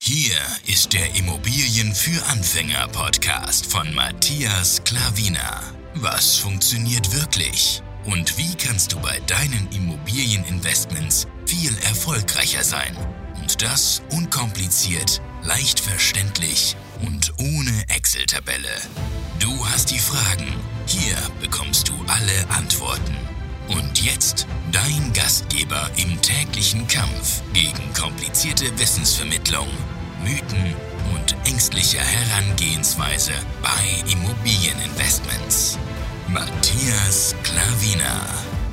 Hier ist der Immobilien für Anfänger Podcast von Matthias Klavina. Was funktioniert wirklich? Und wie kannst du bei deinen Immobilieninvestments viel erfolgreicher sein? Und das unkompliziert, leicht verständlich und ohne Excel-Tabelle. Du hast die Fragen, hier bekommst du alle Antworten. Und jetzt dein Gastgeber im täglichen Kampf gegen komplizierte Wissensvermittlung, Mythen und ängstliche Herangehensweise bei Immobilieninvestments. Matthias Klavina.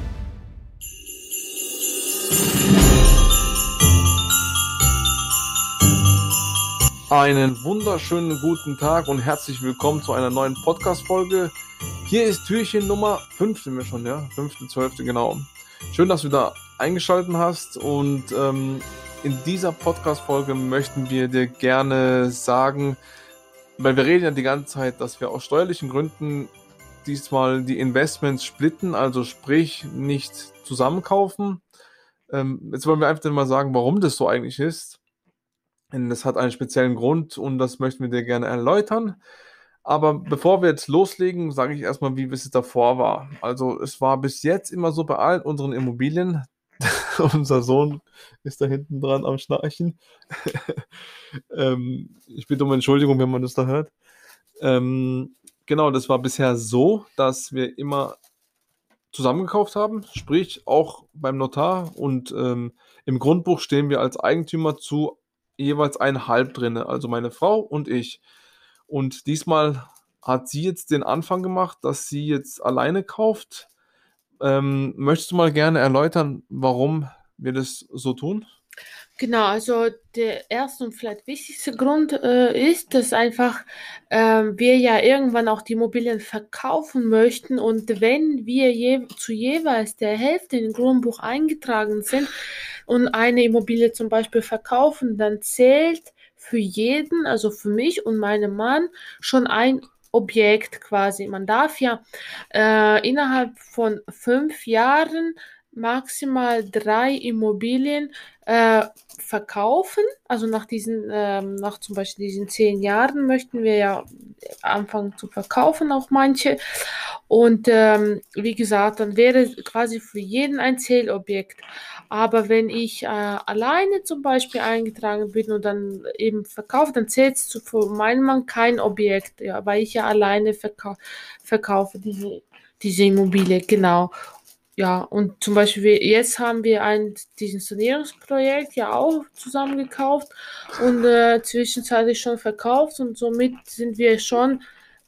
Einen wunderschönen guten Tag und herzlich willkommen zu einer neuen Podcast-Folge. Hier ist Türchen Nummer 5, sind wir schon, ja? 5.12. genau. Schön, dass du da eingeschaltet hast und in dieser Podcast-Folge möchten wir dir gerne sagen, weil wir reden ja die ganze Zeit, dass wir aus steuerlichen Gründen diesmal die Investments splitten, also sprich nicht zusammenkaufen. Jetzt wollen wir einfach mal sagen, warum das so eigentlich ist. Denn das hat einen speziellen Grund und das möchten wir dir gerne erläutern. Aber bevor wir jetzt loslegen, sage ich erstmal, wie es davor war. Also es war bis jetzt immer so bei allen unseren Immobilien. Unser Sohn ist da hinten dran am Schnarchen. Ich bitte um Entschuldigung, wenn man das da hört. Genau, das war bisher so, dass wir immer zusammengekauft haben, sprich auch beim Notar und im Grundbuch stehen wir als Eigentümer zu jeweils 1,5 drin, also meine Frau und ich. Und diesmal hat sie jetzt den Anfang gemacht, dass sie jetzt alleine kauft. Möchtest du mal gerne erläutern, warum wir das so tun? Genau, also der erste und vielleicht wichtigste Grund ist, dass einfach wir ja irgendwann auch die Immobilien verkaufen möchten und wenn wir zu jeweils der Hälfte in Grundbuch eingetragen sind und eine Immobilie zum Beispiel verkaufen, dann zählt für jeden, also für mich und meinen Mann, schon ein Objekt quasi. Man darf ja innerhalb von 5 Jahren maximal 3 Immobilien verkaufen. Also nach zum Beispiel diesen 10 Jahren möchten wir ja anfangen zu verkaufen, auch manche. Und wie gesagt, dann wäre quasi für jeden ein Zählobjekt. Aber wenn ich alleine zum Beispiel eingetragen bin und dann eben verkaufe, dann zählt es für meinen Mann kein Objekt, ja, weil ich ja alleine verkaufe diese Immobilie, genau. Ja, und zum Beispiel jetzt haben wir diesen Sanierungsprojekt ja auch zusammen gekauft und zwischenzeitlich schon verkauft und somit sind wir schon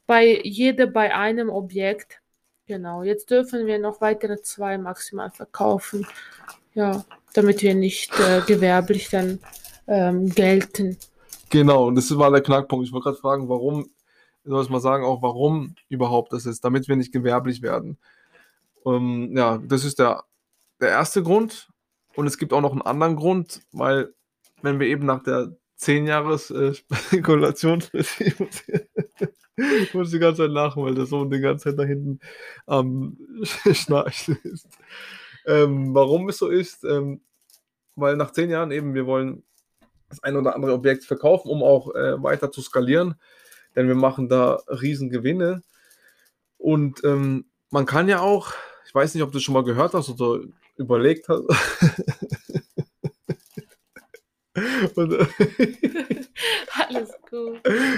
bei einem Objekt. Genau, jetzt dürfen wir noch weitere 2 maximal verkaufen. Ja, damit wir nicht gewerblich dann gelten. Genau, und das war der Knackpunkt. Ich wollte gerade fragen, warum, soll ich mal sagen, auch warum überhaupt das ist, damit wir nicht gewerblich werden. Ja, das ist der erste Grund. Und es gibt auch noch einen anderen Grund, weil wenn wir eben nach der 10-Jahres-Spekulation, ich muss die ganze Zeit lachen, weil der Sohn die ganze Zeit da hinten am Schnarchen ist. Warum es so ist, weil nach 10 Jahren eben, wir wollen das ein oder andere Objekt verkaufen, um auch weiter zu skalieren, denn wir machen da riesen Gewinne. Und man kann ja auch, ich weiß nicht, ob du schon mal gehört hast oder überlegt hast. Und, Alles gut.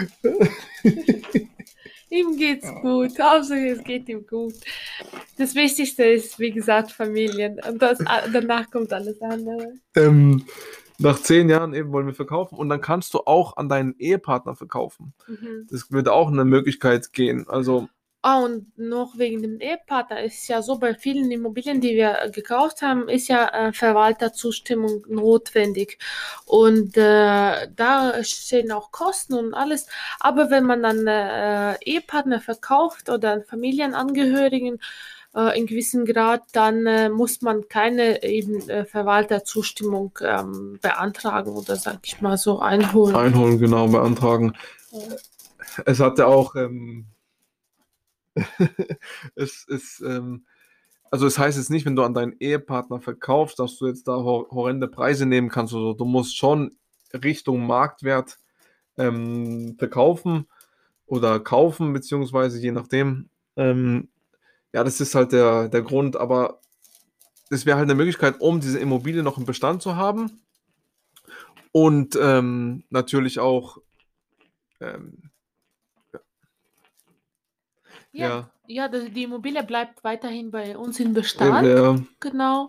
Ihm geht's gut. Hauptsache es geht ihm gut. Das Wichtigste ist, wie gesagt, Familien. Und danach kommt alles andere. Nach 10 Jahren eben wollen wir verkaufen und dann kannst du auch an deinen Ehepartner verkaufen. Das würde auch eine Möglichkeit gehen. Also Und noch wegen dem Ehepartner ist ja so, bei vielen Immobilien, die wir gekauft haben, ist ja Verwalterzustimmung notwendig. Und da stehen auch Kosten und alles. Aber wenn man dann Ehepartner verkauft oder einen Familienangehörigen in gewissem Grad, dann muss man keine eben Verwalterzustimmung beantragen oder, sag ich mal, so einholen. Genau, beantragen. Ja. Es hat ja auch also es heißt jetzt nicht, wenn du an deinen Ehepartner verkaufst, dass du jetzt da horrende Preise nehmen kannst oder so. Du musst schon Richtung Marktwert verkaufen oder kaufen, beziehungsweise je nachdem. Ja, das ist halt der Grund, aber es wäre halt eine Möglichkeit, um diese Immobilie noch im Bestand zu haben und natürlich auch, ähm, Ja, ja, ja, die Immobilie bleibt weiterhin bei uns in eben, Bestand. ja, Genau.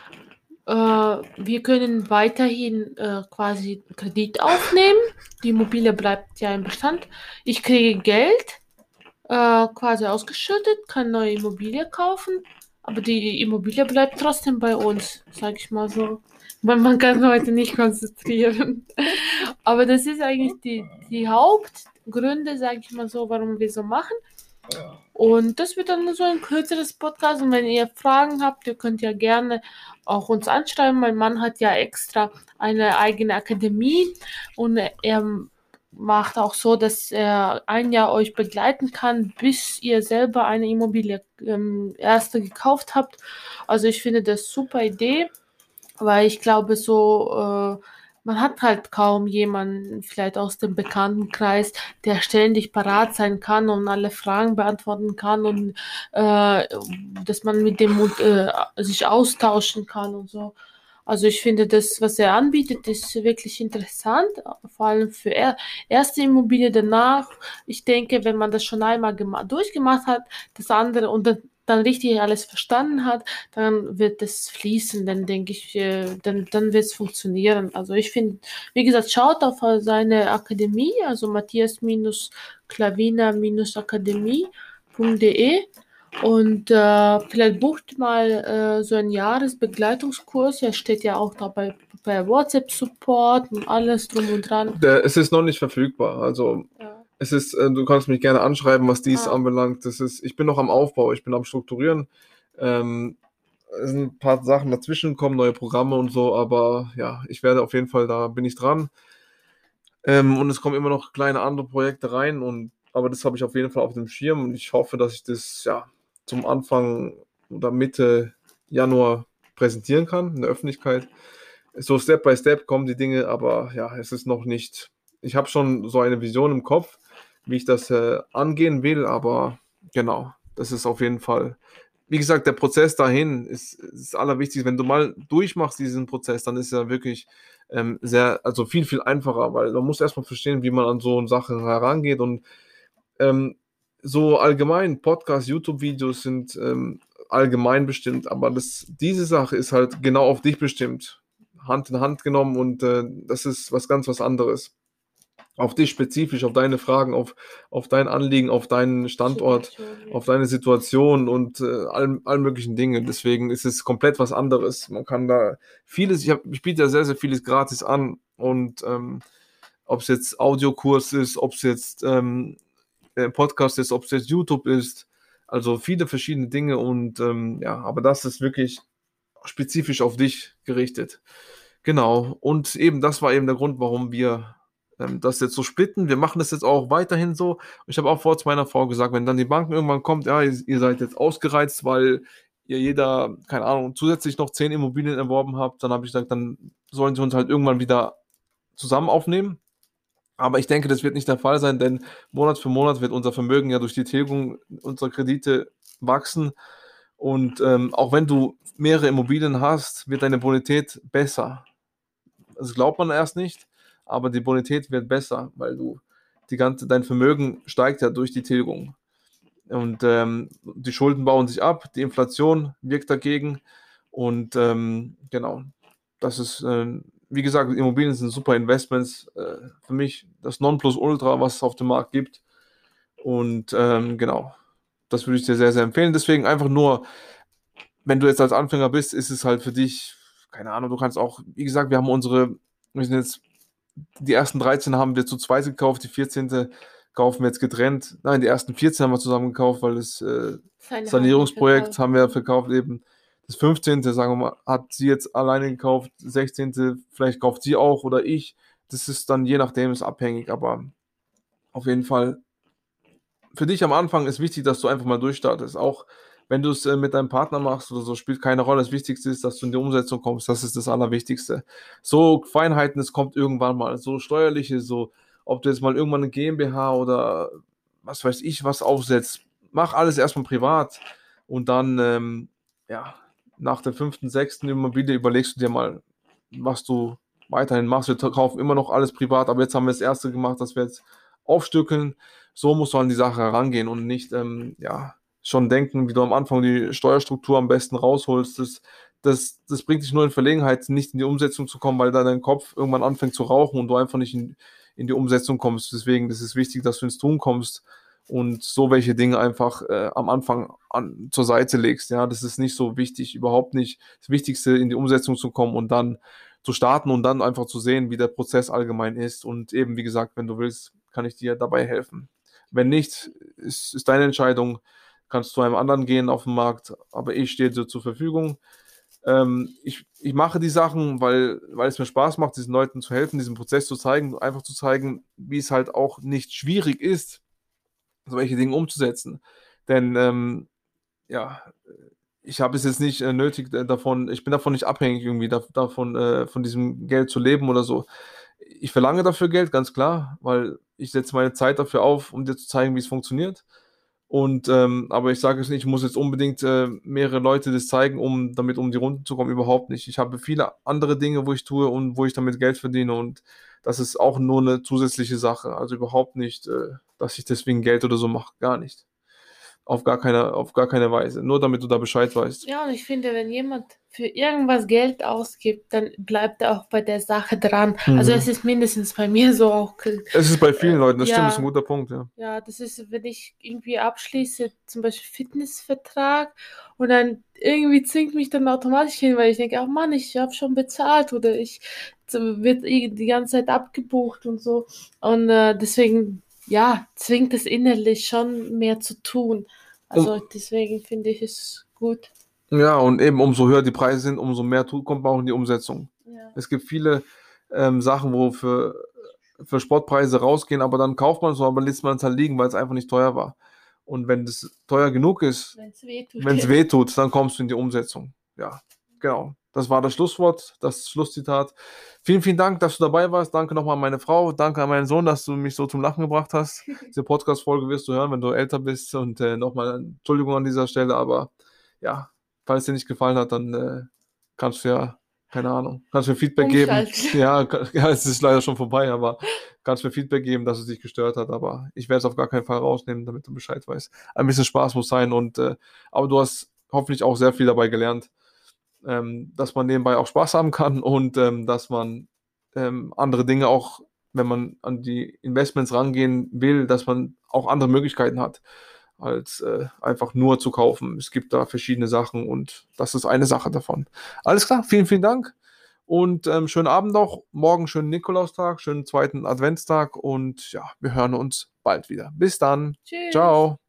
Wir können weiterhin quasi Kredit aufnehmen. Die Immobilie bleibt ja im Bestand. Ich kriege Geld quasi ausgeschüttet, kann neue Immobilie kaufen, aber die Immobilie bleibt trotzdem bei uns, sag ich mal so. Weil man kann heute nicht konzentrieren. Aber das ist eigentlich die Hauptgründe, sag ich mal so, warum wir so machen. Und das wird dann so ein kürzeres Podcast. Und wenn ihr Fragen habt, ihr könnt ja gerne auch uns anschreiben. Mein Mann hat ja extra eine eigene Akademie und er macht auch so, dass er ein Jahr euch begleiten kann, bis ihr selber eine Immobilie erste gekauft habt. Also ich finde das super Idee, weil ich glaube so, man hat halt kaum jemanden, vielleicht aus dem Bekanntenkreis, der ständig parat sein kann und alle Fragen beantworten kann und dass man mit dem sich austauschen kann und so. Also ich finde das, was er anbietet, ist wirklich interessant, vor allem für erste Immobilie danach. Ich denke, wenn man das schon einmal durchgemacht hat, das andere und dann richtig alles verstanden hat, dann wird es fließen, dann denke ich, dann wird es funktionieren. Also ich finde, wie gesagt, schaut auf seine Akademie, also matthias-klavina-akademie.de und vielleicht bucht mal so einen Jahresbegleitungskurs. Er steht ja auch dabei bei WhatsApp-Support und alles drum und dran. es ist noch nicht verfügbar. Also Ja. es ist, du kannst mich gerne anschreiben, was dies Ah, anbelangt. Ich bin noch am Aufbau, ich bin am Strukturieren. Ähm, Es sind ein paar Sachen dazwischen kommen, neue Programme und so, aber ja, ich werde auf jeden Fall, da bin ich dran. Und es kommen immer noch kleine andere Projekte rein aber das habe ich auf jeden Fall auf dem Schirm und ich hoffe, dass ich das ja zum Anfang oder Mitte Januar präsentieren kann in der Öffentlichkeit. So Step by Step kommen die Dinge, aber ja, es ist noch nicht. Ich habe schon so eine Vision im Kopf, wie ich das angehen will, aber genau, das ist auf jeden Fall. Wie gesagt, der Prozess dahin ist das Allerwichtigste. Wenn du mal durchmachst diesen Prozess, dann ist er wirklich also viel, viel einfacher, weil man muss erstmal verstehen, wie man an so Sachen herangeht und ähm, so allgemein, Podcasts, YouTube-Videos sind allgemein bestimmt, aber diese Sache ist halt genau auf dich bestimmt, Hand in Hand genommen und das ist was anderes. Auf dich spezifisch, auf deine Fragen, auf dein Anliegen, auf deinen Standort, Situation, ja. auf deine Situation und allen möglichen Dingen. Deswegen ist es komplett was anderes. Man kann da vieles, ich biete ja sehr, sehr vieles gratis an und ob es jetzt Audiokurs ist, ob es jetzt Podcast ist, ob es jetzt YouTube ist, also viele verschiedene Dinge und ja, aber das ist wirklich spezifisch auf dich gerichtet. Genau, und eben das war eben der Grund, warum wir das jetzt so splitten. Wir machen das jetzt auch weiterhin so. Ich habe auch vor zu meiner Frau gesagt, wenn dann die Banken irgendwann kommt, ja, ihr seid jetzt ausgereizt, weil ihr jeder, keine Ahnung, zusätzlich noch 10 Immobilien erworben habt, dann habe ich gesagt, dann sollen sie uns halt irgendwann wieder zusammen aufnehmen. Aber ich denke, das wird nicht der Fall sein, denn Monat für Monat wird unser Vermögen ja durch die Tilgung unserer Kredite wachsen. Und auch wenn du mehrere Immobilien hast, wird deine Bonität besser. Das glaubt man erst nicht, aber die Bonität wird besser, weil dein Vermögen steigt ja durch die Tilgung. Und die Schulden bauen sich ab, die Inflation wirkt dagegen. Und genau, das ist, wie gesagt, Immobilien sind super Investments. Für mich das Nonplusultra, was es auf dem Markt gibt. Und genau, das würde ich dir sehr, sehr empfehlen. Deswegen einfach nur, wenn du jetzt als Anfänger bist, ist es halt für dich, keine Ahnung, du kannst auch, wie gesagt, wir sind jetzt, die ersten 13 haben wir zu zweit gekauft, die 14. kaufen wir jetzt getrennt. Nein, die ersten 14 haben wir zusammen gekauft, weil das Seine hat er Sanierungsprojekt verkauft. haben wir verkauft eben. Das 15., sagen wir mal, hat sie jetzt alleine gekauft, 16. vielleicht kauft sie auch oder ich. Das ist dann je nachdem, ist abhängig, aber auf jeden Fall für dich am Anfang ist wichtig, dass du einfach mal durchstartest. Auch Wenn du es mit deinem Partner machst oder so, spielt keine Rolle. Das Wichtigste ist, dass du in die Umsetzung kommst. Das ist das Allerwichtigste. So Feinheiten, es kommt irgendwann mal. So steuerliche, so, ob du jetzt mal irgendwann eine GmbH oder was weiß ich was aufsetzt. Mach alles erstmal privat und dann, ja, nach der fünften, sechsten Immobilie überlegst du dir mal, was du weiterhin machst. Wir kaufen immer noch alles privat, aber jetzt haben wir das erste gemacht, dass wir jetzt aufstückeln. So musst du an die Sache herangehen und nicht, ja, schon denken, wie du am Anfang die Steuerstruktur am besten rausholst. Das bringt dich nur in Verlegenheit, nicht in die Umsetzung zu kommen, weil dann dein Kopf irgendwann anfängt zu rauchen und du einfach nicht in die Umsetzung kommst. Deswegen ist es wichtig, dass du ins Tun kommst und so welche Dinge einfach am Anfang zur Seite legst. Ja, das ist nicht so wichtig, überhaupt nicht. Das Wichtigste, in die Umsetzung zu kommen und dann zu starten und dann einfach zu sehen, wie der Prozess allgemein ist. Und eben, wie gesagt, wenn du willst, kann ich dir dabei helfen. Wenn nicht, ist deine Entscheidung, kannst zu einem anderen gehen auf dem Markt, aber ich stehe dir zur Verfügung. Ich mache die Sachen, weil es mir Spaß macht, diesen Leuten zu helfen, diesen Prozess zu zeigen, einfach zu zeigen, wie es halt auch nicht schwierig ist, solche Dinge umzusetzen. Denn ja, ich habe es jetzt nicht nötig davon, ich bin davon nicht abhängig irgendwie davon, von diesem Geld zu leben oder so. Ich verlange dafür Geld, ganz klar, weil ich setze meine Zeit dafür auf, um dir zu zeigen, wie es funktioniert. Und aber ich sage es nicht, ich muss jetzt unbedingt mehrere Leute das zeigen, um damit um die Runden zu kommen, überhaupt nicht. Ich habe viele andere Dinge, wo ich tue und wo ich damit Geld verdiene und das ist auch nur eine zusätzliche Sache. Also überhaupt nicht, dass ich deswegen Geld oder so mache, gar nicht. Auf gar keine Weise. Nur damit du da Bescheid weißt. Ja, und ich finde, wenn jemand für irgendwas Geld ausgibt, dann bleibt er auch bei der Sache dran. Also es Mhm. ist mindestens bei mir so auch. Es ist bei vielen Leuten, das stimmt, das ist ein Ja, guter Punkt, ja. ja, das ist, wenn ich irgendwie abschließe, zum Beispiel Fitnessvertrag und dann irgendwie zwingt mich dann automatisch hin, weil ich denke, ach Mann, ich habe schon bezahlt oder ich wird die ganze Zeit abgebucht und so. Und deswegen, ja, zwingt es innerlich schon mehr zu tun. Um, Also deswegen finde ich es gut. ja, und eben umso höher die Preise sind, umso mehr kommt man auch in die Umsetzung. Ja. Es gibt viele Sachen, wo für Sportpreise rausgehen, aber dann kauft man es, aber lässt man es halt liegen, weil es einfach nicht teuer war. Und wenn das teuer genug ist, Wenn es weh tut. wenn es weh tut, dann kommst du in die Umsetzung. Ja, genau. Das war das Schlusswort, das Schlusszitat. Vielen, vielen Dank, dass du dabei warst. Danke nochmal an meine Frau. Danke an meinen Sohn, dass du mich so zum Lachen gebracht hast. Diese Podcast-Folge wirst du hören, wenn du älter bist. Und nochmal Entschuldigung an dieser Stelle, aber ja, falls dir nicht gefallen hat, dann kannst du ja, keine Ahnung, kannst mir Feedback geben. Umschalten. Ja, ja, es ist leider schon vorbei, aber kannst mir Feedback geben, dass es dich gestört hat. Aber ich werde es auf gar keinen Fall rausnehmen, damit du Bescheid weißt. Ein bisschen Spaß muss sein und aber du hast hoffentlich auch sehr viel dabei gelernt, dass man nebenbei auch Spaß haben kann und dass man andere Dinge auch, wenn man an die Investments rangehen will, dass man auch andere Möglichkeiten hat, als einfach nur zu kaufen. Es gibt da verschiedene Sachen und das ist eine Sache davon. Alles klar, vielen, vielen Dank und schönen Abend noch. Morgen schönen Nikolaustag, schönen zweiten Adventstag und ja, wir hören uns bald wieder. Bis dann. Tschüss. Ciao.